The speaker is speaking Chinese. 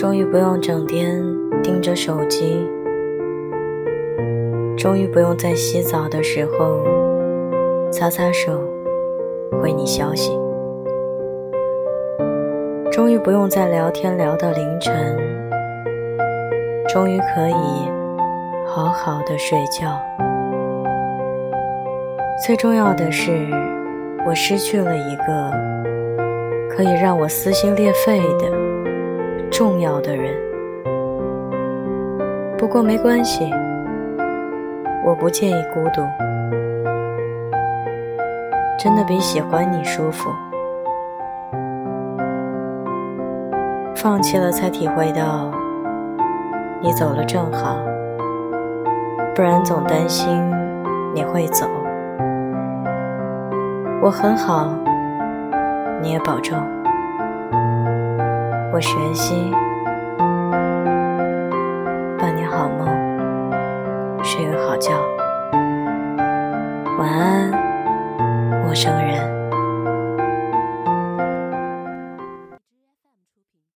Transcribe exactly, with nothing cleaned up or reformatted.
终于不用整天盯着手机，终于不用在洗澡的时候擦擦手回你消息，终于不用再聊天聊到凌晨，终于可以好好的睡觉。最重要的是，我失去了一个可以让我撕心裂肺的重要的人。不过没关系，我不介意孤独，真的比喜欢你舒服。放弃了才体会到你走了正好，不然总担心你会走。我很好，你也保重。我学习，伴你好梦，睡个好觉。晚安，陌生人。